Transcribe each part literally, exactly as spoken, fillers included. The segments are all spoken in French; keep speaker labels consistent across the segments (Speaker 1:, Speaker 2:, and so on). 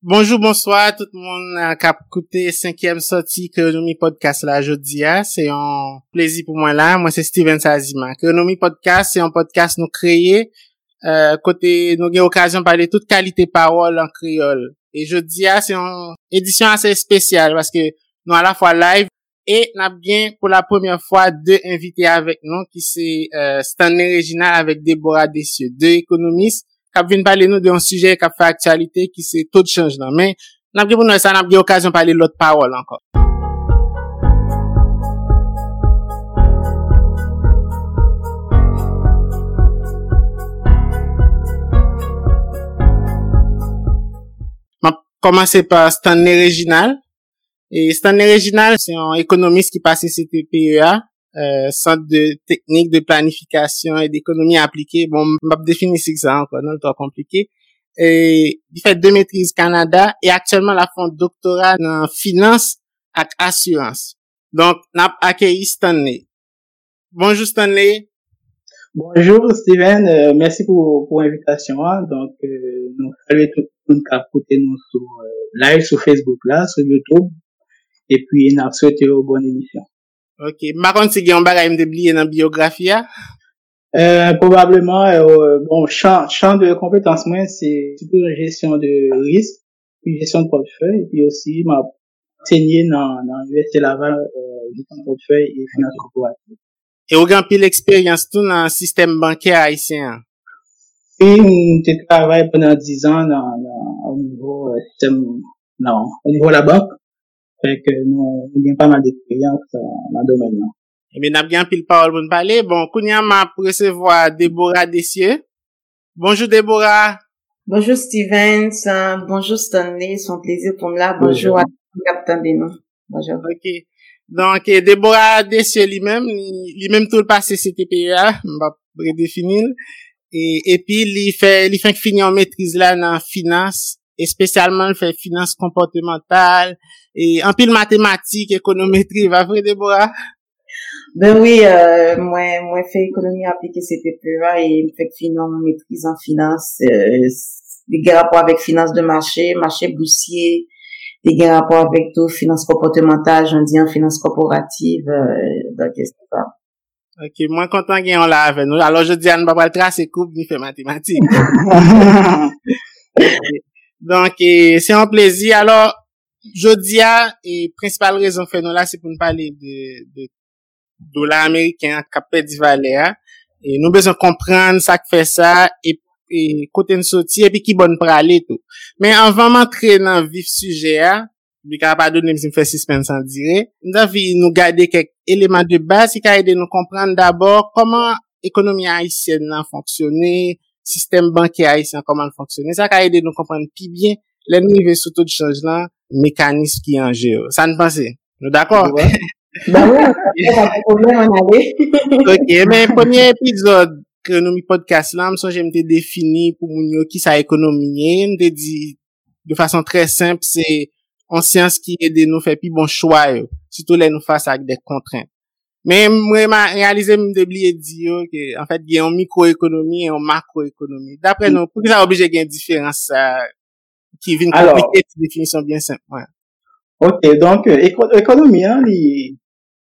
Speaker 1: Bonjour, bonsoir tout le monde qui a écouté cinquième sortie Économie Podcast là aujourd'hui. C'est un plaisir pour moi là. Moi c'est Steven Sazima. Économie Podcast, c'est un podcast nous créé euh, côté nous avons occasion de parler de toute qualité parole en créole. Et jeudi c'est une édition assez spéciale parce que nous à la fois live et nous avons bien pour la première fois deux invités avec nous qui c'est euh, Stanley Réginal avec Déborah Dessieux, deux économistes qui viennent parler nous d'un sujet qui a fait actualité qui c'est taux de change là. Mais nous avons pour ça nous avons occasion de parler de l'autre parole encore. Commencer par Stanley Réginal. Et Stanley Réginal, c'est un économiste qui passe C T P E A, euh, Centre de technique de planification et d'économie appliquée. Bon, je vais définir ça encore, non, c'est compliqué. Et il fait deux maîtrises Canada et actuellement, il a fait un doctorat en finance et assurance. Donc, on a accueilli Stanley. Bonjour Stanley.
Speaker 2: Bonjour Steven, euh, merci pour pour l'invitation. Donc, euh, nous saluons tout le monde qui a écouté nous sur euh, live sur Facebook là, sur YouTube. Et puis, nous souhaitons une bonne émission.
Speaker 1: Ok. Par contre, si il y a un bagage de oublier dans la biographie,
Speaker 2: euh, probablement, euh, bon, champ, champ de compétences, moi, c'est plutôt la gestion de risque, puis gestion de portefeuille, et puis aussi, m'a enseigné dans, dans l'Université Laval, euh, gestion de portefeuille et finances corporatives.
Speaker 1: Et vous avez pris l'expérience tout dans le système bancaire haïtien?
Speaker 2: Et j'ai travaillé pendant dix ans dans, dans, au niveau, euh, système, non, au niveau de la banque. Fait que nous, nous avons pas mal d'expérience dans le domaine là.
Speaker 1: Eh bien, nous avons bien pile parole pour nous parler. Bon, Kounia m'a recevoir Déborah Dessieux. Bonjour Déborah.
Speaker 3: Bonjour Steven, bonjour Stanley, c'est un plaisir pour moi là. Bonjour, bonjour à tous les capitaines de nous. Bonjour.
Speaker 1: Ok. Donc, Déborah Dessieux lui-même, lui-même tout le passé C T P E A, on va redéfinir. Et, et puis, il fait, il fait finir en maîtrise là dans finance. Et spécialement, il fait finance comportementale et en pile mathématiques, économétrie, va vrai, Déborah?
Speaker 3: Ben oui, euh, moi, moi, fait économie appliquée C T P E A et fait finance, maîtrise en finance, euh, des rapports avec finance de marché, marché boursier, des rapports avec tout, finance comportementale, j'en dis en finance corporative, euh, donc, c'est ça.
Speaker 1: Ok, moi, content qu'on l'a avec nous. Alors, je dis à nous, pas tracer coupe, ni fait mathématiques. Okay. Donc, eh, c'est un plaisir. Alors, jeudi a, et principale raison fait nous là, c'est pour nous parler de, de dollar américain, capé du valeur. Et nous besoin comprendre ça qui fait ça, et, et côté nous sortir, et puis qui bonne pour aller tout. Mais avant d'entrer dans le vif sujet, vu qu'il n'y a pas donné, me fait suspense en direct, nous avons nous garder quelques éléments de base qui aident nous comprendre d'abord comment l'économie haïtienne a fonctionné, système bancaire haïtien, comment il fonctionne. Ça a aidé nous comprendre plus bien les niveaux sous taux de change là, mécanisme qui en jeu. Ça nous pense? Nous d'accord?
Speaker 3: Ben oui, pas de problème, on allait.
Speaker 1: Ok, mais premier épisode, Économie Podcast là, je j'ai m'te défini pour moun qui ça économie, m'te dit, de façon très simple, c'est une science qui aide nous faire plus bon choix, surtout les nous face avec des contraintes. Mais moi m'a réalisé me oublier dire que en fait il y a une microéconomie et une macroéconomie. D'après nous, pour que ça obligé qu'il y ait une différence euh, qui vient compliquer cette définition bien simple. Ouais.
Speaker 2: OK, donc euh, éco- économie hein, il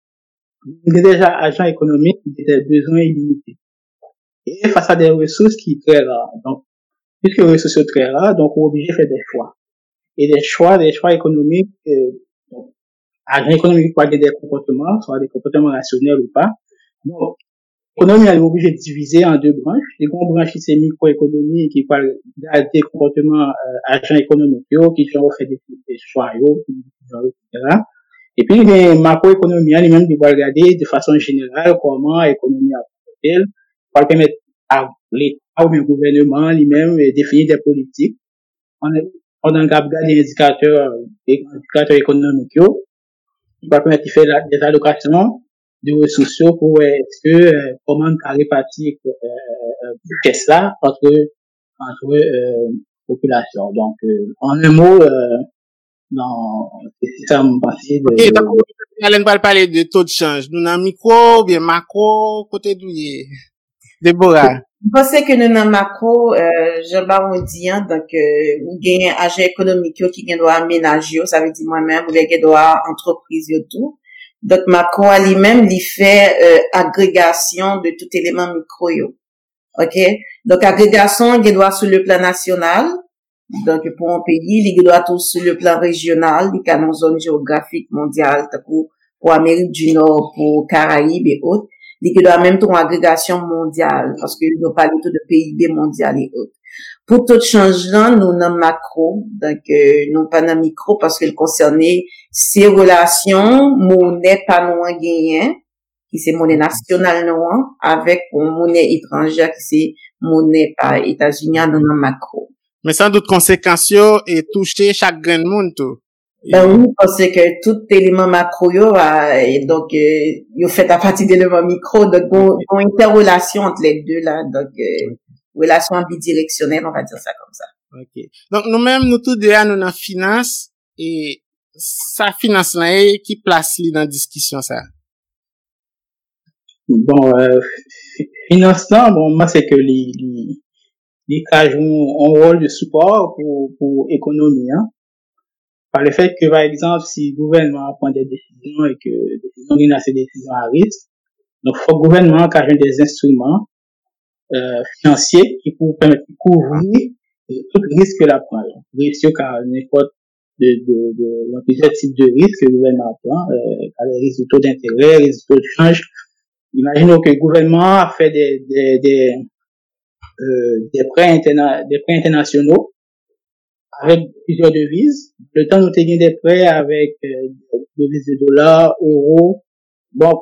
Speaker 2: est déjà agent économique qui a des besoins illimités. Et face à des ressources qui sont très rares. Donc puisque les ressources sont très rares, donc on est obligé de faire des choix. Et des choix, des choix économiques euh, donc, agent économique peut avoir des comportements, soit des comportements rationnels ou pas. Donc, l'économie est obligée de diviser en deux branches. Les grandes branches, c'est microéconomie qui parle des comportements euh, agents économiques, qui sont fait des, des choix, et cetera. Et puis, les macroéconomies, les-mêmes qui vont regarder de façon générale comment l'économie a elle va permettre à l'État ou le gouvernement lui-même de définir des politiques. On a, on a regardé des indicateurs, des indicateurs économiques, qui va permettre de faire des allocations de ressources pour est-ce que euh, comment on répartit euh, euh, ça entre entre euh, population. Donc euh, en un mot, euh, dans c'est ça me pensée de.
Speaker 1: Ok, donc on va parler de taux de change. Nous dans micro ou bien macro côté d'où Déborah.
Speaker 3: Je pense que nous dans macro, euh, Jean-Baptiste on dit, hein, donc, euh, ou gagne agent économique qui gagne doit aménager, ça veut dire moi-même, ou gagne doit entreprise et tout. Donc, macro à lui-même, il fait, euh, agrégation de tout élément micro, yo. OK? Donc, agrégation, il doit sur le plan national. Donc, pour un pays, il doit tout sur le plan régional, il y a une zone géographique mondiale, pour, pour Amérique du Nord, pour Caraïbes et autres. Il doit même tout en agrégation mondiale, parce que nous parlons tout de P I B mondial et autres. Pour tout changement, nous dans macro, donc, euh, non pas dans micro, parce qu'il concernait ces relations, monnaie pas non gagnant, qui c'est monnaie nationale non, avec une monnaie étrangère qui c'est monnaie par États-Unis dans le macro.
Speaker 1: Mais sans doute conséquences yo et toucher chaque grain de monde tout.
Speaker 3: Ben oui, parce que tout élément macro yo et donc euh, yo fait à partir d'éléments micro, donc bon, une interrelation entre les deux là, donc euh, relation bidirectionnelle, on va dire ça comme ça.
Speaker 1: OK. Donc nous-mêmes nous tous deux nous dans finance et ça finance là qui place li dans discussion ça.
Speaker 2: Bon euh, finance là, bon moi c'est que les les les cas jouent un rôle de support pour pour économie hein. Par le fait que, par exemple, si le gouvernement prend des décisions et que les décisions viennent à ces décisions à risque, donc, il faut que le gouvernement ait des instruments, euh, financiers qui pour permettre de couvrir tout risque que la prend. Risque car n'importe de, de, de, de, plusieurs types de risques que le gouvernement prend, euh, car les risques de taux d'intérêt, les risques de taux de change. Imaginons que le gouvernement a fait des, des, des, euh, des prêts interna, des prêts internationaux avec plusieurs devises. Le temps, nous avons des prêts avec euh, des devises de dollars, euros. Donc,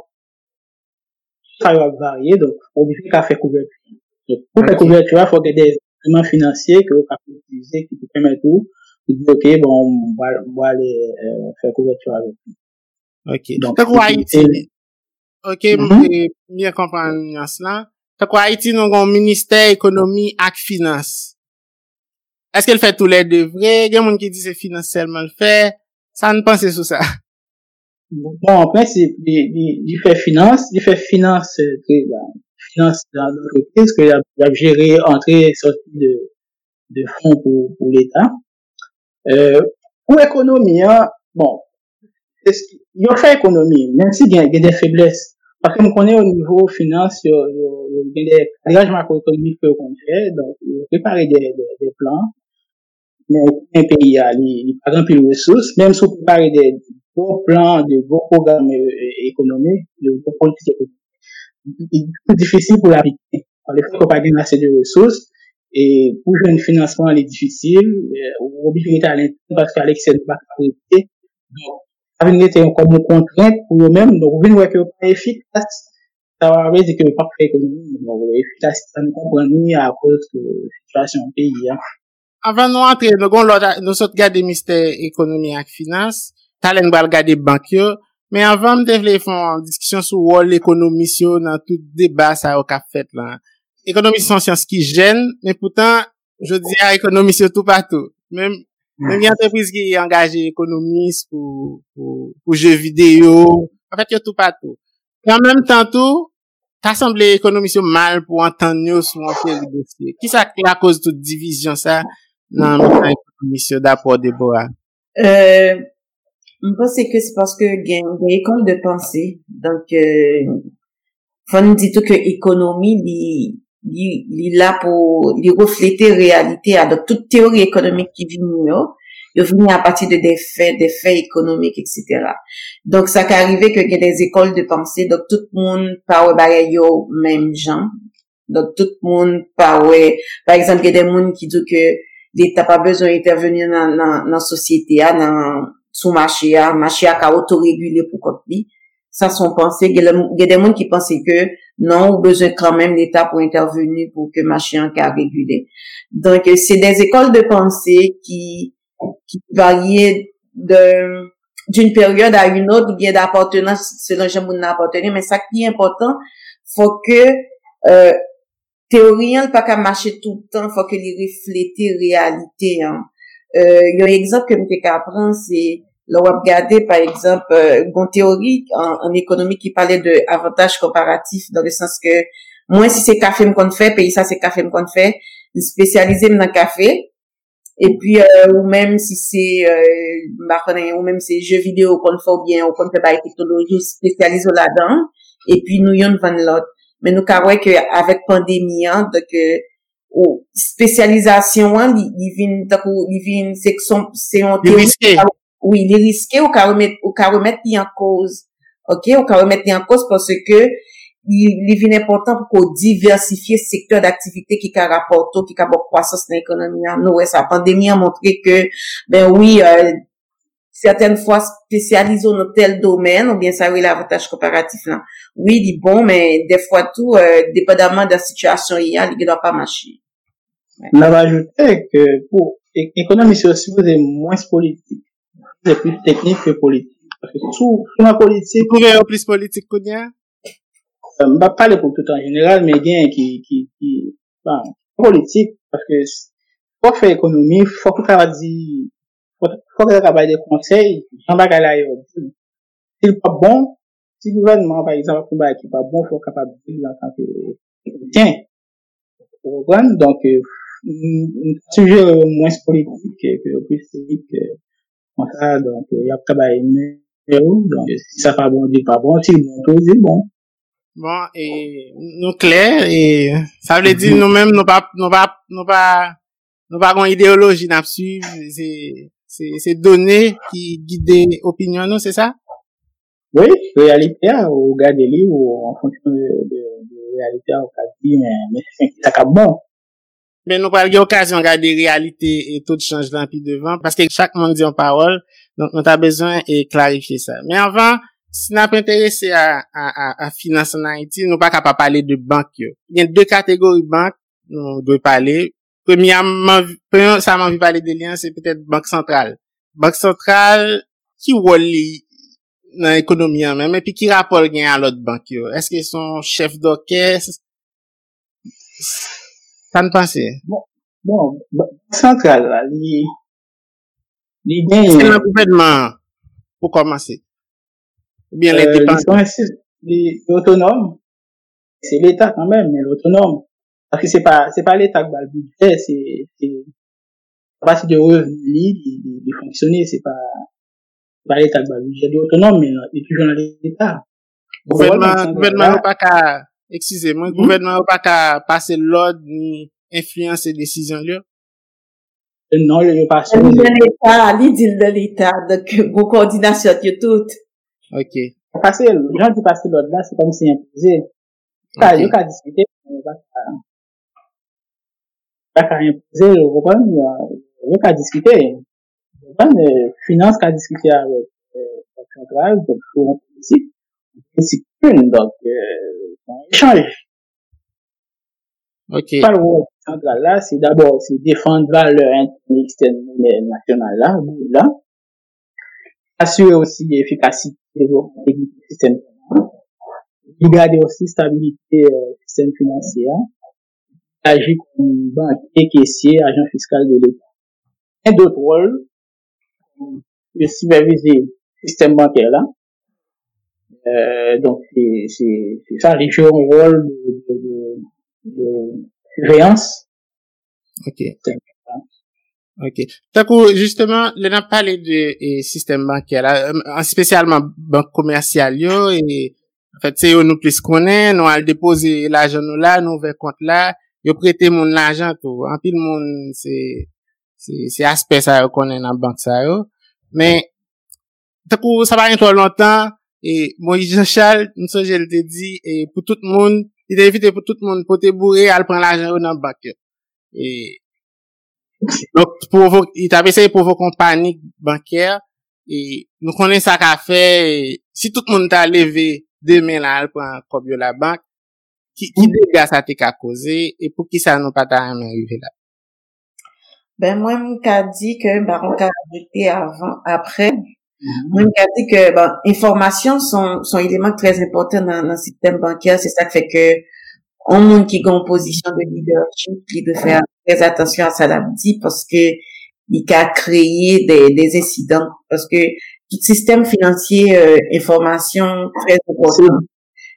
Speaker 2: ça va varier. Donc, on dit qu'à faire couverture. Donc, pour faire couverture, il faut qu'il y ait des instruments financiers que vous pouvez utiliser qui vous permettent tout. Vous dites, OK, bon, on va, on va aller euh, faire couverture avec vous.
Speaker 1: OK. Donc, donc Haïti, OK, mm-hmm. Bien comprendre cela. Donc, Haïti, nous avons un ministère économie et finance. Est-ce qu'elle fait tous les deux vrais? Il y a des gens qui disent que c'est finance seulement le fait. Ça ne pense sur ça.
Speaker 2: Bon, en principe, il fait finance, il fait finance, euh, finance dans l'entreprise, qu'il a, il a géré entrée et sortie de, de fonds pour, pour l'État. Euh, pour l'économie, hein, bon, il a fait économie, même s'il y a des faiblesses. Parce qu'on connaît au niveau finance, il y a des réglages macroéconomiques qu'on fait, donc il a préparé des, des, des plans. Mais un pays a, il a rempli les ressources, même si on prépare des gros plans, de gros programmes économiques, de gros politiques économiques, il est plus difficile pour l'appliquer. On ne peut pas gagner assez de ressources, et pour jouer un financement, il est difficile, on est obligé d'être à l'intérieur parce qu'à l'excès de la capacité. Donc, ça veut dire comme une contrainte pour eux-mêmes, donc, vous venez voir que vous pas efficace, ça veut dire que vous pas faire économie, donc, efficace, ça ne comprend ni à cause de la situation du pays, hein.
Speaker 1: Avant nous entrer, nous avons l'autre, nous autres gars des mystères économie et finance, t'as l'air de regarder banque, mais avant de faire une discussion sur l'économie, sur dans tout débat, ça a fait, là. Économie, c'est une science qui gêne, mais pourtant, je dis à économie surtout partout. Même, même une entreprise qui est engagée économiste pour, pour, pour jeux vidéo. En fait, il y a tout partout. Et en même temps, tout, t'as semblé économie mal pour entendre sur un fait de dossier. Qui ça, la cause de toute division, ça? Non, mais commission d'apport Déborah.
Speaker 3: Euh, je pense que c'est parce que il y a une école de pensée. Donc, euh, faut nous dire tout que économie, il, il, il là pour, il refléter réalité. Donc, toute théorie économique qui vient, il vient à partir de des faits, des faits économiques, et cetera. Donc, ça qu'est arrivé que il y a des écoles de pensée. Donc, tout le monde parle de même gens. Donc, tout le monde parle, par exemple, il y a des gens qui disent que l'État pas besoin d'intervenir dans dans dans société dans sous marché a marché a autorégulé pour compte lui. Ça sont pensées, il y a des gens qui pensent que non, besoin quand même l'État pour intervenir pour que marché en cas régulé. Donc c'est des écoles de pensée qui qui varient de d'une période à une autre, bien d'appartenance selon les gens qui appartenir, mais ça qui est important, faut que euh théorie, il pas qu'à marcher tout le temps, faut que les refléter réalité, hein. Euh, il y a un exemple que je apprendre, c'est, là, on va regarder, par exemple, euh, une théorie en, en économie qui parlait de avantages comparatifs, dans le sens que, Moi, si c'est café me qu'on fait, pays ça, c'est café me qu'on fait, spécialisé dans le café. Et puis, euh, ou même si c'est, euh, ou même c'est jeux vidéo qu'on fait ou bien, ou qu'on fait par technologie, spécialisé là-dedans. Et puis, nous, y'en vend l'autre. Mais nous, carrément, que, avec pandémie, hein, donc, euh, ou, spécialisation, hein, il vient, il vient, c'est que son, c'est un
Speaker 1: théorie.
Speaker 3: Oui, il est risqué, ou carrément, ou carrément, en cause. OK? Ou carrément, en cause parce que, il, il est important pour qu'on diversifie ce secteur d'activité qui a rapporté, qui a beaucoup croissance dans l'économie. Nous, ouais, sa pandémie a montré que, ben oui, euh, certaines fois spécialisés dans tel domaine, ou bien ça, oui, l'avantage comparatif, là. Oui, il est bon, mais des fois tout, euh, dépendamment de la situation, il y a, il ne doit pas marcher.
Speaker 2: Ouais. On va ajouter que pour l'économie, c'est aussi moins politique. C'est plus technique que politique. Parce que sous, sous la politique.
Speaker 1: Vous pouvez plus politique que bien?
Speaker 2: Je ne vais pas parler pour tout en général, mais bien qui, qui, qui, ben, politique, parce que, pour faire économie, faut que tu dire, faut, faut que tu aies des conseils, j'en vais aller dire. Si c'est pas bon, si le gouvernement, par exemple, qui n'est pas bon, faut capable de dire en tant que, tiens, vous comprenez? Donc, euh, un sujet moins politique que plus technique, comme ça, donc, il y a travail mieux, donc, si ça pas bon, dit pas bon, si bon, tout dit bon.
Speaker 1: Bon, et nous clair, et ça veut dire nous-mêmes, nous pas, nous pas, nous pas, nous pas une idéologie n'a suivre, c'est, c'est, c'est données qui guident l'opinion, nous, c'est ça?
Speaker 2: Oui, réalité, ou regarder les ou en fonction de, de, de réalité, on va dire, mais, mais c'est ça qui est bon.
Speaker 1: Mais nous pas eu l'occasion de regarder réalité et tout change d'un pied devant, parce que chaque monde dit en parole, donc nous avons besoin de clarifier ça. Mais avant, si nous sommes intéressés à, à, à, à financer en Haïti, nous pas capable parler de banque. Il y a deux catégories de banques, nous devons parler. Premièrement, premièrement, ça m'a envie de parler de liens, c'est peut-être banque centrale. Banque centrale, qui rôle dans l'économie en même, et puis qui rapport gain à l'autre banque. Est-ce qu'ils sont chefs d'orchestre? Ça ne pensait?
Speaker 2: Bon, bon, banque centrale, là, il, il gagne.
Speaker 1: C'est le gouvernement, pour commencer. Ou bien les dépenses.
Speaker 2: Les autonomes, c'est l'État quand même, mais l'autonome. Parce que c'est pas, c'est pas l'État qui va le budget, c'est, c'est, à partir de revenus, de, de fonctionner, c'est pas, c'est pas l'État qui va le budget. L'autonome, mais, il est toujours dans l'État.
Speaker 1: Gouvernement, gouvernement n'a pas qu'à, excusez-moi, mm-hmm. Gouvernement n'a pas qu'à passer l'ordre, ni influencer les décisions, là.
Speaker 2: Non, il n'y a pas ça.
Speaker 3: Il dit de l'État, il dit de l'État, donc, vos coordinations, il tout.
Speaker 2: Ok. Passer, les gens qui passent l'ordre là, c'est comme si imposé. Ça, il y a discuter, mais pas qu'à imposer, vous comprenez, il y a discuter. Vous comprenez, finance qu'à discuter avec, la centrale, donc, pour un politique, politique une, donc, euh, un échange.
Speaker 1: Ok.
Speaker 2: Pas le rôle central là, c'est d'abord, c'est défendre valeur interne et externe nationale là, là. Assurer aussi l'efficacité du système. Garder aussi stabilité du euh, système financier. Agir comme banquier, caissier, agent fiscal de l'État. Et d'autres rôles, de superviser le système bancaire là. Euh, donc, c'est, c'est, c'est ça, il joue un rôle de, de, de, de surveillance.
Speaker 1: Ok. Ok. Donc, justement, on a parlé de eh, système bancaire là, spécialement banque commerciale yo, et en fait, c'est eux nous plus connaît, nous allons déposer l'argent nous là, nous ouvrir compte là, yo prêter mon l'argent tout. En pile monde c'est c'est c'est aspect ça connaît dans banque ça yo. Mais donc ça va pas trop longtemps et Moïse Jean-Charles, nous je le te dit et pour tout le monde, il est invité pour tout le monde pour te bourrer à prendre l'argent dans banque. Et donc, pour il t'a essayé pour vos compagnies bancaires, et nous connaissons ça qu'a fait, si tout le monde t'a levé demain là, pour un comme la banque, qui, qui dégâts ça t'a causé, et pour qui ça nous pas t'a arrivé là?
Speaker 3: Ben, moi, mon cas dit que, ben, on a ajouté avant, après, moi, j'ai dit que, ben, informations sont, sont éléments très importants dans, dans le système bancaire, c'est ça qui fait que, on monde qui est en position de leadership, qui doit faire très attention à ça l'a dit parce que il a créé des, des incidents parce que tout système financier euh, information très important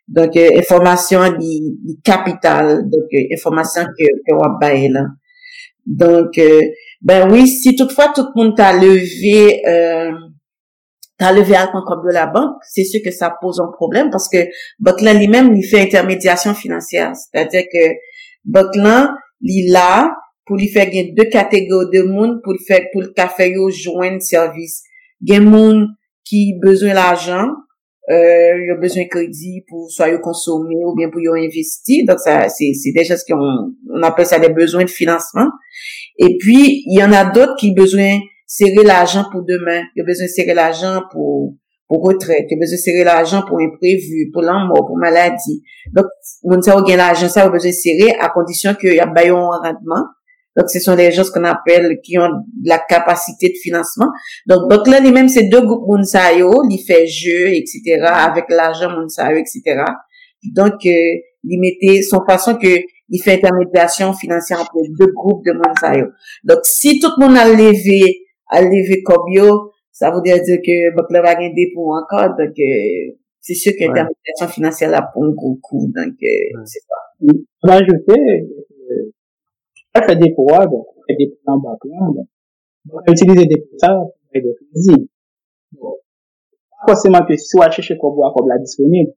Speaker 3: Donc, euh, information du, du capital, donc euh, information que que on bail là. Donc, euh, ben oui, si toutefois tout le monde t'a levé, euh, t'a levé à compte de la banque, c'est sûr que ça pose un problème parce que banque là lui-même il fait intermédiation financière, c'est-à-dire que banque là il là pour lui faire gagner deux catégories de monde pour le faire pour le café yo joindre service. Gen monde qui besoin l'argent, euh, il a besoin de crédit pour soit yo consommer ou bien pour yo investir. Donc ça c'est c'est déjà ce qu'on on appelle ça des besoins de financement. Et puis il y en a d'autres qui besoin serrer l'argent pour demain, il a besoin de serrer l'argent pour pour retraite, il a besoin de serrer l'argent pour imprévu, pour la mort, pour maladie. Donc on ça gain l'argent ça a besoin de serrer à condition que y a baillon un rendement. Donc ce sont des gens ce qu'on appelle qui ont de la capacité de financement. Donc donc là lui-même c'est deux groupes Mounsayo, il fait jeu et cetera avec l'argent Mounsayo et cetera. Donc euh, il mettait son façon que il fait intermédiation financière entre deux groupes de Mounsayo. Donc si tout le monde a levé à lever Kobio, ça veut dire que donc là va gagner des pour encore. Donc euh, c'est sûr que l'intermédiation financière là pour un gros coup. Donc euh, c'est ça.
Speaker 2: On va ajouter on fait des pouvoirs, donc on fait des pouvoirs en background, donc on va utiliser des pouvoirs pour faire des crédits. Bon, pas forcément que si on va chercher comme bois comme la disponible,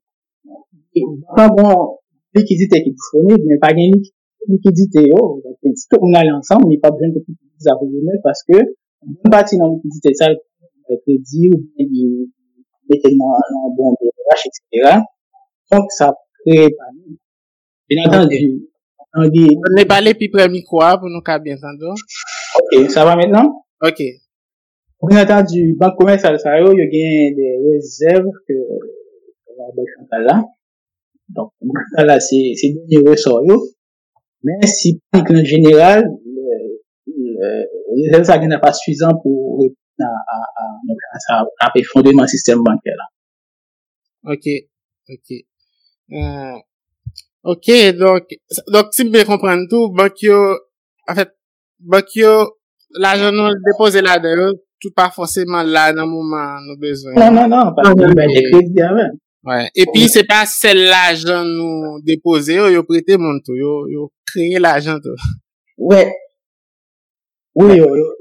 Speaker 2: quand bon, liquidité qui est disponible, mais pas de liquidité, oh, donc si tout le monde allait ensemble, il n'y a pas besoin de tout les abonnements parce que une partie dans la liquidité, ça, le crédit, ou bien il mettait dans un bon B R H, et cetera. Donc ça crée pas mal. Bien entendu,
Speaker 1: on dit, on n'est pas les plus près micro pour nous qu'à bien entendre.
Speaker 2: Ok, ça va maintenant?
Speaker 1: Ok.
Speaker 2: Bien entendu, banque commerciale, ça y est, il y a des réserves que, la banque centrale là. Donc, là, c'est, c'est des ressorts, mais si, en général, le, le réserve, ça n'est pas suffisant pour répondre à, à, à, à, à fondement système bancaire là.
Speaker 1: Ok. Ok. Euh, ok, donc, donc, si je bien comprendre tout, banque yo, en fait, banque yo, l'argent nous déposé là-dedans, tout pas forcément là dans le moment, nous besoin.
Speaker 2: Non, non, non, parce que ben, des crédits avant.
Speaker 1: Ouais. Et puis, c'est pas celle l'argent nous déposé, yo, yo prêté mon tout, yo, yo créé l'argent tout.
Speaker 3: Ouais.
Speaker 2: Oui, yo, yo,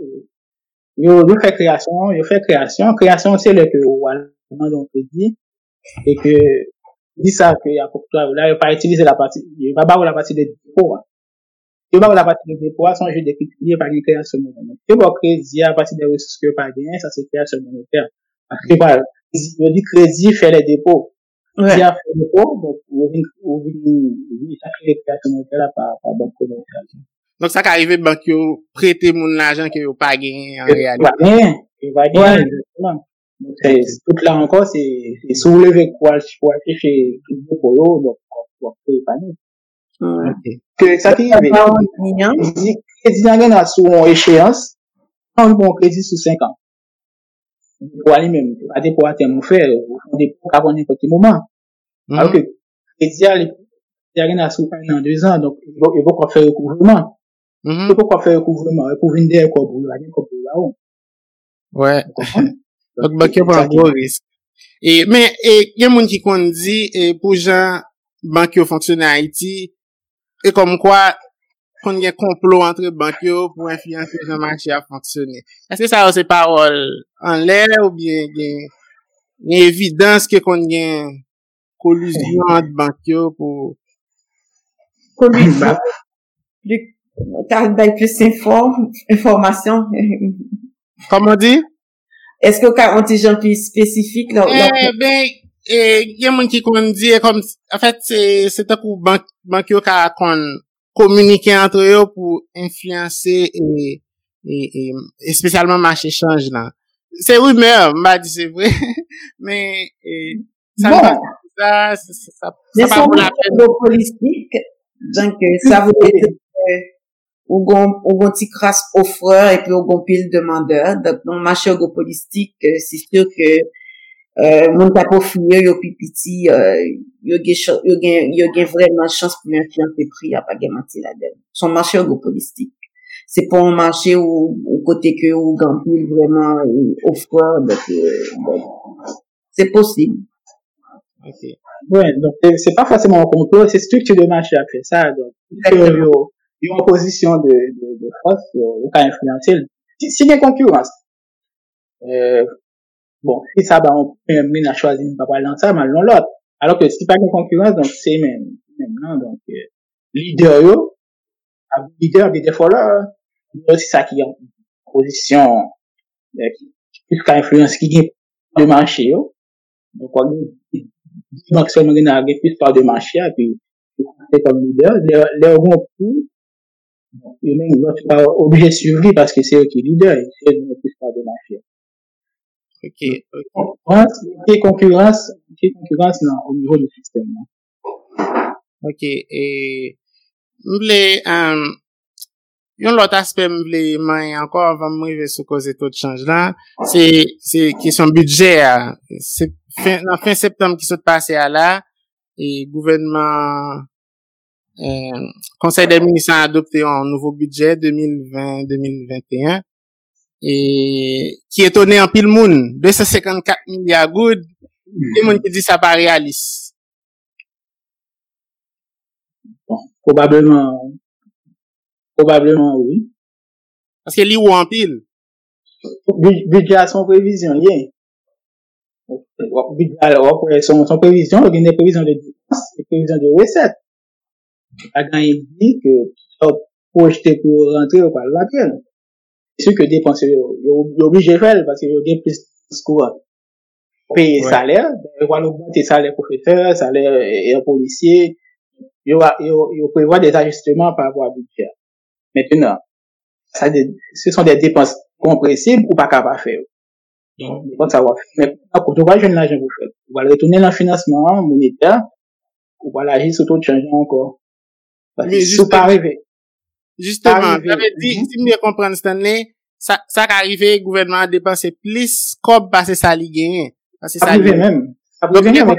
Speaker 2: yo, yo fait création, yo fait création, création, c'est le que, ou alors, on crédit, et que, dit ça que y a pour toi là il pas utiliser la partie il va pas la partie de dépôt il va la partie de dépôt son jeu d'écriture par une création monétaire et bon crédit à partir des ressources que pas bien ça c'est création monétaire parce que voilà il dit crédit fait les dépôts
Speaker 3: ouais.
Speaker 2: Il a fait les dépôts donc on vient ça crée création monétaire par par banque commerciale
Speaker 1: donc ça qu'arrive banque yo prêter mon l'argent que yo pas gagné en réalité
Speaker 2: il va bien exactement. Donc, c'est, tout là encore, c'est, c'est soulever quoi, pour afficher tout le polo, donc, pour créer panique.
Speaker 3: Ok.
Speaker 2: Que ça qui arrive. Crédit d'engagement sous une échéance, on bon crédit sous cinq ans. Pour aller même, pas des pour atteindre faire, on des pour avoir n'importe quel moment. Alors que, crédit d'engagement sous un an, deux ans, donc, il faut qu'on faire recouvrement. Il faut qu'on faire recouvrement, recouvrir des quoi, pour aller comme là-haut.
Speaker 1: Ouais. Donc, banque yo prend gros risque. Et, mais, et, y a moun qui kon dit, et, pour gens, banque yo fonctionne à Haïti, et comme quoi, qu'on y a complot entre banque yo pour influencer le marché à fonctionner. Est-ce que ça, c'est parole en l'air, ou bien, y a évidence que qu'on y a collusion entre banque yo pour...
Speaker 3: Collusion? T'as plus information?
Speaker 1: Comment dit?
Speaker 3: Est-ce que vous avez un petit genre plus spécifique là?
Speaker 1: Eh ben, eh, y a moun qui kon dit comme en fait c'est c'est un coup banque banque yo ka kon communiquer entre eux pour influencer et et et spécialement marché change là. C'est rumeur, m'a dit c'est vrai. Mais eh, ça
Speaker 3: bon.
Speaker 1: ça ça ça,
Speaker 3: ça
Speaker 1: pas pour la peine
Speaker 3: politique. Donc ça veut dire que ou gon ou gon petit crasse offreur et puis ou gon pile demandeur. Donc dans le marché politique c'est sûr que euh mon ta profiter yo pipiti euh yo gen yo gen yo gen vraiment chance pour influencer prix a pas gen menti là-dedans. Son marché politique c'est pas un marché où au côté que ou gon pile vraiment offreur donc, euh, donc c'est possible.
Speaker 1: OK.
Speaker 2: Ouais, donc c'est, c'est pas forcément un complot, c'est structure de marché à faire ça. Donc, il y a une position de, de, de force, au cas influentiel. Si, si il y a concurrence, euh, bon, si ça, bah, on peut même à choisir, on va pas dans ça, mais non l'autre. Alors que si pas de concurrence, donc c'est même, même, non, donc, euh, leader, yo, leader, des followers, c'est ça qui est en position, euh, qui, plus qu'à influence, qui gagne le marché, yo. Donc, on donc, seulement, il y a plus par de marché, et puis, c'est comme leader, les, les ronds plus, et même, ils sont pas obligés de suivre parce que c'est eux qui leader, et c'est eux qui plus par de marché.
Speaker 1: Ok, ok.
Speaker 2: Concurrence, et concurrence, et concurrence, non, au niveau du système, non.
Speaker 1: Ok, et, m'vle, um, yon l'autre aspect m'vle, mais encore avant de m'arriver sur cause taux de change là, c'est, c'est question budget, c'est fin, en fin septembre qui s'est passé à là, et gouvernement, euh, Conseil des ministres a adopté un nouveau budget deux mille vingt deux mille vingt et un, et qui étonnait en pile moun, deux cent cinquante-quatre milliards good, et moun qui dit ça pas réaliste.
Speaker 2: Bon, probablement, probablement oui.
Speaker 1: Parce que li ou en pile.
Speaker 2: Budget à son prévision, lié. Budget son, son prévision, il y a des prévisions de dépenses, des prévisions de recettes. La gagne dit que, projeté pour rentrer ou pas rentrer. C'est sûr que dépenser, il est obligé de faire, parce qu'il y a plus de discours. Payer salaire, il va augmenter salaire professeur, salaire policier, il y prévoit des ajustements par rapport au budget. Maintenant, ça, ce sont des dépenses compressibles ou pas capables de faire. Donc, quand ça va faire. Mais, pour tout va jeune l'argent vous faites. Vous allez retourner dans le financement monétaire, vous allez agir sur taux de changement encore. Parce que ça pas arrivé.
Speaker 1: Justement, ça veut dire, si vous comprenez Stanley, ça, ça arrive, le gouvernement a dépensé plus comme parce que ça lui gagne. Parce que ça
Speaker 2: arrive même. Ça
Speaker 1: donc, il y a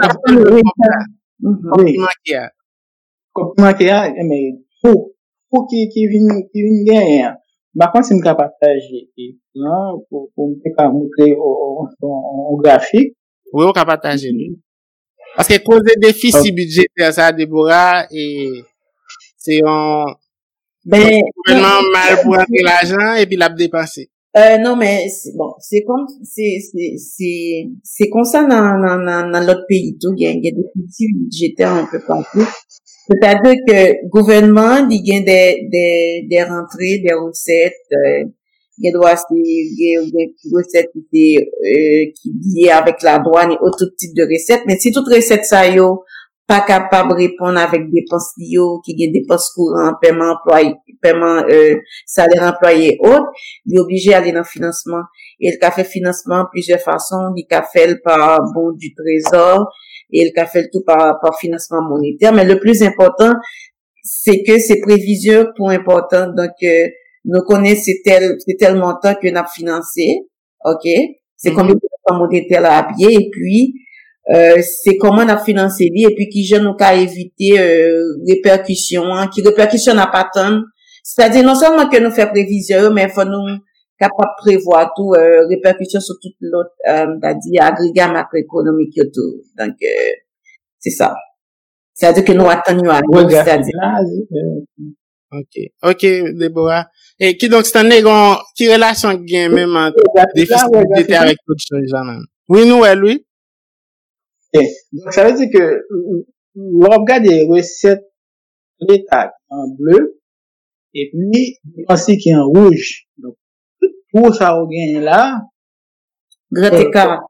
Speaker 2: un compliment qu'il y a, mais, pour, pour qui, qui vient, qui vient gagner. Par contre, c'est une capacité partager, non, pour, pour me montrer en graphique.
Speaker 1: Oui, on peut partager, parce que cause des déficits budgétaires, ça, Déborah, et c'est un,
Speaker 3: ben,
Speaker 1: le gouvernement mal pour rentrer l'argent, et puis l'a dépensé.
Speaker 3: Euh, non, mais c'est bon, c'est comme, c'est, c'est, c'est, c'est comme ça dans, dans, dans, dans l'autre pays, tout, il y a, il y a des déficits budgétaires un peu partout. C'est-à-dire que le gouvernement, il y a des, des, des rentrées, des recettes, euh, il y a des, des recettes qui, euh, qui liées avec la douane et autres types de recettes, mais si toutes recettes ça yo, pas capable de répondre avec des dépenses yo, qui ont des dépenses courantes, paiement employé, paiement, euh, salaire employé et autres, il est obligé d'aller dans le financement. Et le fait financement plusieurs façons, il a fait par bon du trésor, et il a fait tout par, par financement monétaire. Mais le plus important, c'est que ces prévisions pour important. Donc, euh, nous connaissons c'est tel, c'est tel montant que nous avons financé. OK? C'est mm-hmm. combien de fonds monétaires à payer, et puis, Euh, c'est comment on a financé lui et puis qui je nous a éviter euh, répercussions hein, qui répercussions n'a pas tant, c'est-à-dire non seulement que nous fait prévision mais faut nous capable prévoir tout euh, répercussions sur toute l'autre euh, c'est-à-dire agrégat macroéconomique et tout. Donc euh, c'est ça, c'est-à-dire que nous attendons à
Speaker 2: ouais,
Speaker 3: c'est-à-dire
Speaker 1: OK OK Déborah, et qui donc c'est un négon qui relation gain même en déficit budgétaire avec tout change. Oui nous ouais lui.
Speaker 2: Okay. Donc, ça veut dire que, l'on regarde les recettes de l'État en bleu, et puis, aussi qui est en rouge. Donc, tout ça, on gagne là.
Speaker 3: Grand écart.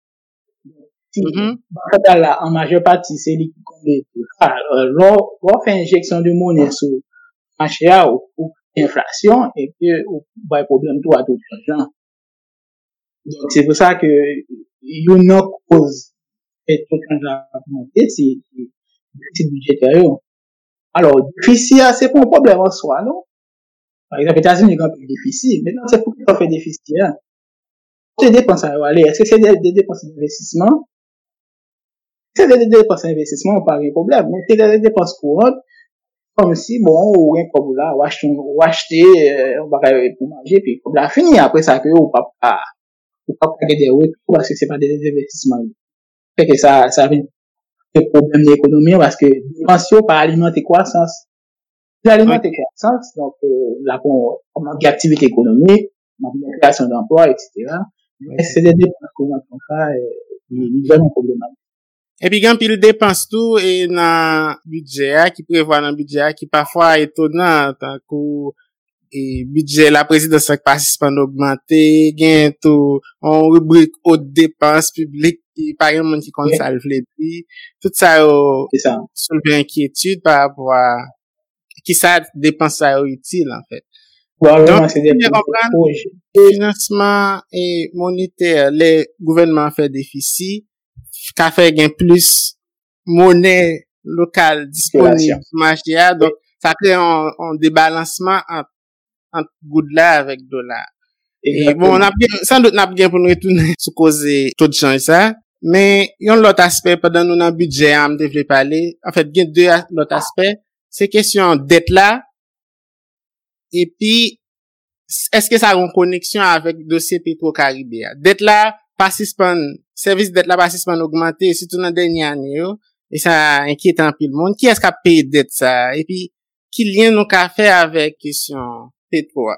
Speaker 2: Là, en majeure partie, c'est lui qui commet tout ça. Alors, l'on fait injection de monnaie sur le marché ou l'inflation, et puis, on va problème tout à tout l'argent. Donc, c'est pour ça que, il y a une cause. Et tout quand j'ai monté, c'est le déficit budgétaire. Alors, déficit, c'est pas un problème en soi, non? Par exemple, les États-Unis, ils ont un déficit. Maintenant, c'est pour qu'ils ont fait déficit, hein. C'est des dépenses à aller. Est-ce que c'est des, des dépenses d'investissement? Si c'est des, des dépenses d'investissement, on parle de problème. Mais c'est des dépenses courantes, comme si, bon, ou rien comme là, ou acheter, ou acheter, euh, on va pour manger, puis comme là, fini. Après ça, que, ou pas, ou pas payer des retours, parce que c'est pas des investissements. Fait que ça, ça vient. le problème de l'économie parce que dépenses pas alimenter croissance. C'est alimenter croissance, donc euh, là on manque d'activité économique, manque de création d'emplois, et cetera. Mais c'est des dépenses qu'on a comme ça, ils ont un problème.
Speaker 1: Et puis, quand il dépense tout, et dans le budget, qui prévoit dans le budget, qui parfois étonnant, tant que, et budget, la présidence participant augmenté, gain tout, on rubrique haute dépenses publiques, qui, par exemple, qui compte ça, le dit, tout ça, oh,
Speaker 2: c'est ça.
Speaker 1: Soulever inquiétude par rapport à, qui ça dépense ça utile, en fait.
Speaker 2: Ouais,
Speaker 1: donc,
Speaker 2: c'est des
Speaker 1: financement et monétaire, les gouvernements fait déficit, qu'a fait gain plus monnaie locale disponible sur le marché, donc ça crée un, un débalancement entre, entre goudla avec dollar. Et bon, on a bien, sans doute, on a bien pour nous retourner sur cause taux de change ça, mais il y a l'autre aspect pendant nous dans le budget, à me développer parler. En fait, il y a deux l'autre aspect, c'est question dette là, et puis, est-ce que ça a une connexion avec le dossier Petro-Caribé? Dette là, participant, service dette là, participant augmenté, surtout dans la dernière année, et ça inquiète un peu le monde. Qui est-ce qui a payé dette ça? Et puis, qui lien nous qu'a fait avec question Petro?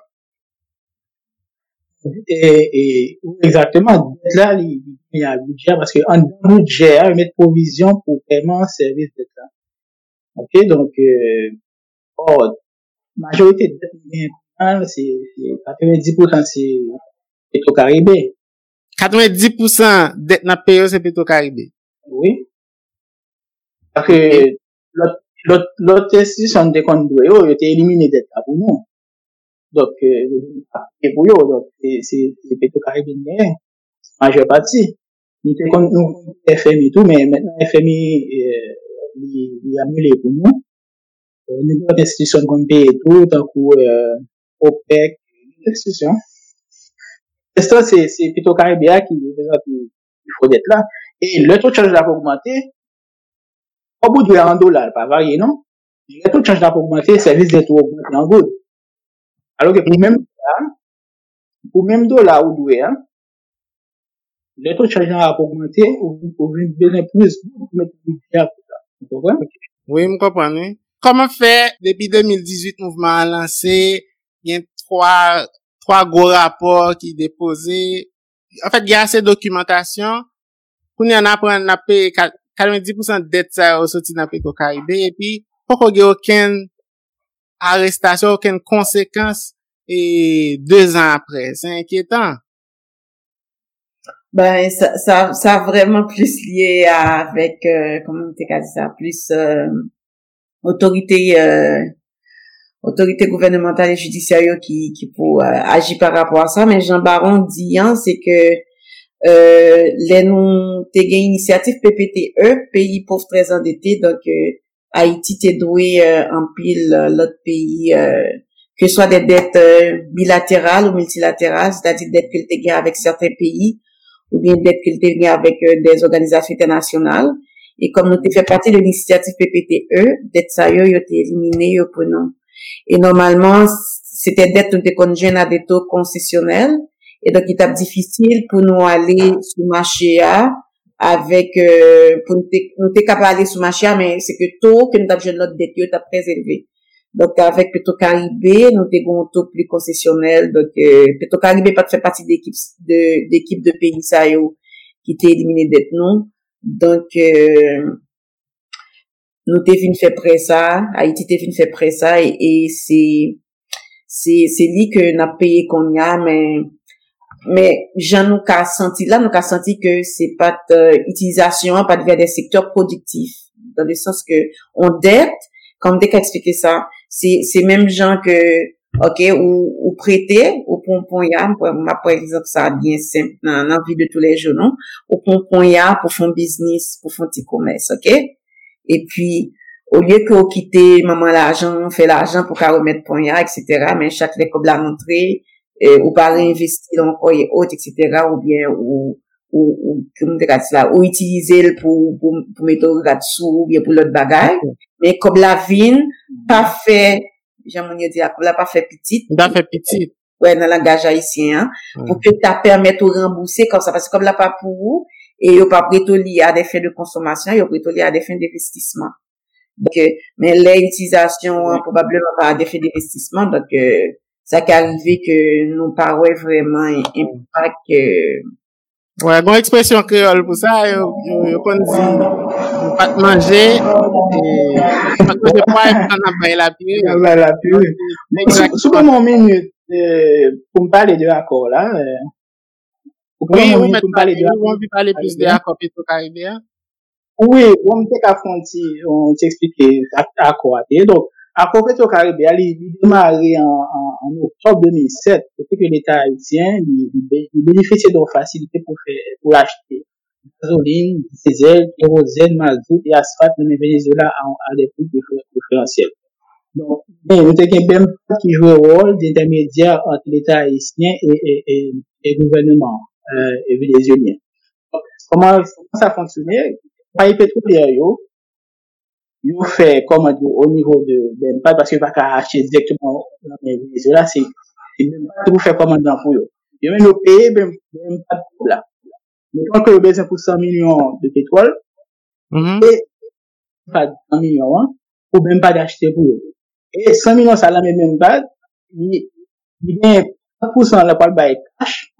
Speaker 2: Et, et, exactement, dette là, il y a un budget, parce que en budget, il met provision pour paiement service dette là. Ok, donc, euh, oh, majorité de dette, c'est, c'est quatre-vingt-dix pour cent c'est Petro-Caribé.
Speaker 1: quatre-vingt-dix pour cent dette n'a payé c'est Petro-Caribé.
Speaker 2: Oui. Parce que l'autre, l'autre, l'autre institution de compte de yo, il était éliminé dette pour nous. Donc, euh, et pour eux, donc, c'est, c'est, c'est Petro-Caribé, majeure partie. Nous, nous, F M I tout, mais maintenant, F M I, euh, il, il a annulé pour nous. Euh, nous, notre institution qu'on paye tout, tant que, euh, OPEC, institution. Et ça, c'est, c'est plutôt Caribéa qui, il faut d'être là. Et le taux de change va augmenter. Au bout de un dollar, pas varié, non? Le taux de change va augmenter, le service d'être augmenté en good. Alors que pour même dollar, pour même dollar ou doué, hein, le taux de change va augmenter, ou, ou, besoin plus, pour mettre plus cher pour ça. Vous comprenez?
Speaker 1: Oui, je comprends. Comment faire, depuis deux mille dix-huit, mouvement a lancé, il y a trois, trois gros rapports qui déposés. En fait, il y a assez de documentation. Pour nous, on apprend, on a payé quatre-vingt-dix pour cent de dette, ça, au sorti dans Petro-Caribé. Et puis, pourquoi il n'y a aucune arrestation, aucune conséquence, et deux ans après? C'est inquiétant.
Speaker 3: Ben, ça, ça, ça a vraiment plus lié à, avec, euh, comment on dit ça, plus, euh, autorité, euh, autorité gouvernementale et judiciaire qui, qui pour, euh, agir par rapport à ça. Mais Jean Baron dit, hein, c'est que, euh, les non, t'es gain initiative P P T E, pays pauvre très endetté, donc, euh, Haïti t'es doué, euh, en pile, euh, l'autre pays, euh, que ce soit des dettes, euh, bilatérales ou multilatérales, c'est-à-dire dettes que t'es gain avec certains pays, ou bien dettes que t'es gain avec, euh, des organisations internationales. Et comme nous t'es fait partie de l'initiative P P T E, dettes ça yo, yo t'es éliminé, yo pour nous. Et normalement, c'était dettes nous t'es conjoint à des taux concessionnels. Et donc, il est difficile pour nous aller sur le marché A avec, euh, pour nous t'es capable d'aller sur le marché A, mais c'est que taux que nous t'avons besoin de notre dette, est très élevé. Donc, avec Petro-Caribé, nous t'avons un taux plus concessionnel. Donc, euh, Petro-Caribé pas fait partie d'équipe de, d'équipe de pays, ça, yo, qui t'est éliminé dette, non. Donc, euh, nous t'es venu faire près ça, Haïti t'es venu faire près ça, et, et c'est, c'est, c'est lui que n'a payé qu'on y a, mais, mais, j'en nous qu'a senti, là, nous qu'a senti que c'est pas d'utilisation, pas de vers des secteurs productifs, dans le sens que, on dette, comme dès qu'a expliqué ça, c'est, c'est même gens que, ok, ou, ou prêter, ou pompon ya, par exemple, ça bien simple, dans la vie de tous les jours, non? Ou pompon ya, pour faire business, pour faire petit commerce, ok? Et puis, au lieu que vous quittez maman l'argent, fait l'argent pour qu'elle remette point ya, et cetera, mais chaque fois que vous l'entrée, euh, ou pas réinvestir encore et autres, et cetera, ou bien, ou, ou, ou, comme on dit là, ou utiliser le pour, pour, pour mettre au sous, ou bien pour l'autre bagaille. Mais comme la vine, pas fait, j'aime dire, comme la pas fait petite.
Speaker 1: Pas fait petite.
Speaker 3: Ouais, dans le langage haïtien, hein, mm. pour que ça permette de rembourser comme ça, parce que comme la pas pour vous, et yo pas prêt lié à des fins de consommation, yo prêt lié à des fins d'investissement. Donc, euh, mais l'utilisation,
Speaker 2: Oui.
Speaker 3: probablement pas à des fins d'investissement, donc, euh, ça qui arrivé que nous pas ouais vraiment impact, euh,
Speaker 1: Ouais, bon expression créole pour ça, yo, yo, yo kon di, yo pas te manger, et, pas te manger pas, et puis on a baillé la pire.
Speaker 2: Ah, bah, la pure. Sous mon minute, euh, pour me parler de l'accord, là, euh, pour
Speaker 1: Oui,
Speaker 2: mon
Speaker 1: ou
Speaker 2: minute, pour me parler de
Speaker 1: on va parler plus de l'accord Petro-Caribéen.
Speaker 2: Oui, on me fait qu'à fronti, on t'explique l'accord. Et donc, accord Petro-Caribéen, il démarré en, en, en octobre deux mille sept, parce que l'État haïtien, il, il bénéficiait de facilités pour faire, pour acheter gasoline, diesel, kérosène, mazout et asphalte dans le Venezuela à, à des prix préférentiels. Donc, nous avons bien qui joue le rôle d'intermédiaire entre l'État haïtien et, et, et, et le gouvernement euh, et vénézuélien. Donc, comment, comment ça fonctionnait? Les pétroliers, ils fait comme au niveau de l'E N P A D, parce que pas qu'à acheter directement dans le Venezuela, c'est l'E N P A D qui fait commandant pour eux. Ils même payer l'E N P A D pour là. Mais quand ils ont besoin pour cent millions de pétrole,
Speaker 1: Mm-hmm.
Speaker 2: et pas cent millions, hein, pour même pas d'acheter pour eux. Et cent millions, ça la même base, il, il y a trente pour cent la part bail cash,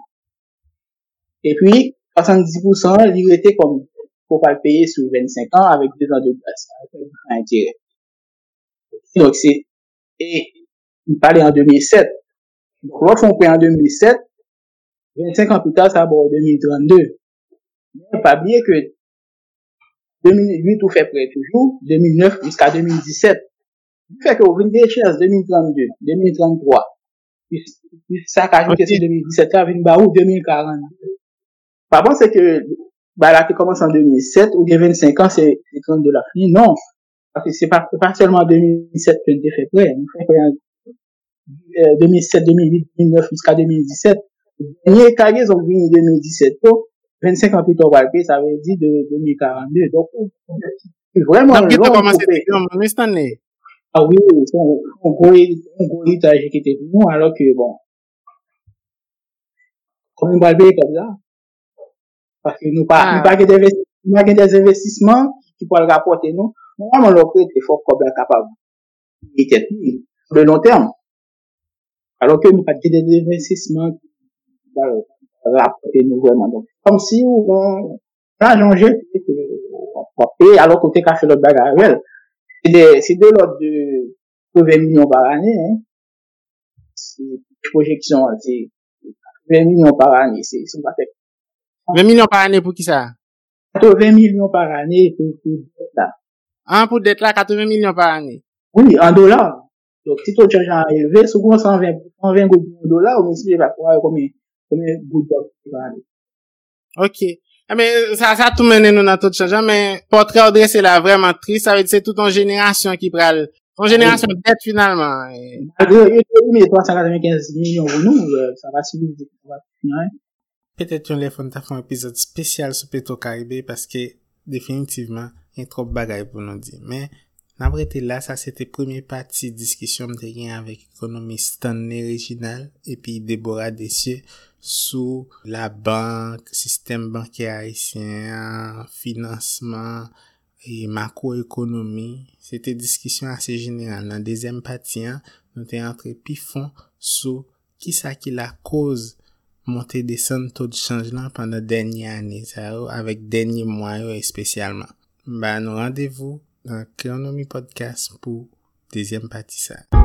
Speaker 2: et puis, soixante-dix pour cent, il était comme, pour pas le payer sur vingt-cinq ans avec deux ans de base, avec un intérêt. Donc, c'est, et, il parlait en deux mille sept. Donc, l'autre on paye en deux mille sept, vingt-cinq ans plus tard, ça va en deux mille trente-deux. Mais pas oublier que deux mille huit, tout fait près toujours, deux mille neuf jusqu'à deux mille dix-sept. Fait que, vous venez d'échéance deux mille trente-deux, deux mille trente-trois. Puis, puis ça, qu'a ajouté sur deux mille dix-sept, là, vient bah, ou deux mille quarante-deux. Par contre, c'est que, bah, là, qui commence en deux mille sept, ou bien vingt-cinq ans, c'est, c'est trente de la fin. Non. Parce que c'est pas, c'est pas seulement en deux mille sept que le fait près. On fait près en, euh, deux mille sept, deux mille huit, deux mille neuf jusqu'à deux mille dix-sept. Le dernier carrière, ont venu deux mille dix-sept. Donc, vingt-cinq ans plus tard, on va le payer, ça veut dire de deux mille quarante-deux. Donc, c'est vraiment long.
Speaker 1: Donc, comment c'était, on est tanné.
Speaker 2: Ah oui, c'est un, un gros, un gros héritage qui était pour nous, alors que bon, comme on va le payer comme ça, parce que nous pas, nous pas que des, nous pas que des investissements qui pourraient rapporter nous, normalement, le prêt est fort comme capable. Il était plus, de long terme. Alors que nous pas que des investissements qui pourraient rapporter nous vraiment. Donc, comme si, on, l'argent jeté, on va payer, alors qu'on t'est fait le bagarre. C'est de, c'est de l'ordre de vingt millions par année, hein. C'est, projection, c'est vingt millions par année, c'est, c'est pas fait.
Speaker 1: vingt millions par année pour qui ça?
Speaker 2: quatre-vingts millions par année pour, pour dette là.
Speaker 1: Ah, pour dette là, quatre-vingts millions par année?
Speaker 2: Oui, en dollars. Donc, si ton change a élevé, souvent cent vingt, cent vingt dollars, ou si va pouvoir combien, combien de par année.
Speaker 1: Ok. Mais ça, ça tout mène nous dans tout change, mais portrait Audrey, c'est là vraiment triste, ça veut dire c'est toute une génération qui prend, une génération de dette finalement.
Speaker 2: Malgré, il y a trois cent quatre-vingt-quinze millions pour nous, ça va suivre, ça va finir.
Speaker 1: Peut-être qu'on les font faire un épisode spécial sur Petro-Caribé parce que, définitivement, il y a trop de bagailles pour nous dire. Mais, après là, ça c'était première partie discussion de rien avec économiste Stanley Réginal et puis Déborah Dessieux sous la banque, système bancaire haïtien, financement et macroéconomie. C'était discussion assez générale. Dans la deuxième partie, hein, nous t'es entré plus fond sous qui ça qui la cause monter descendre taux de change là pendant dernière année, ça avec dernier mois spécialement. Bah, nous rendez-vous dans Créonomie Podcast pour deuxième partie ça.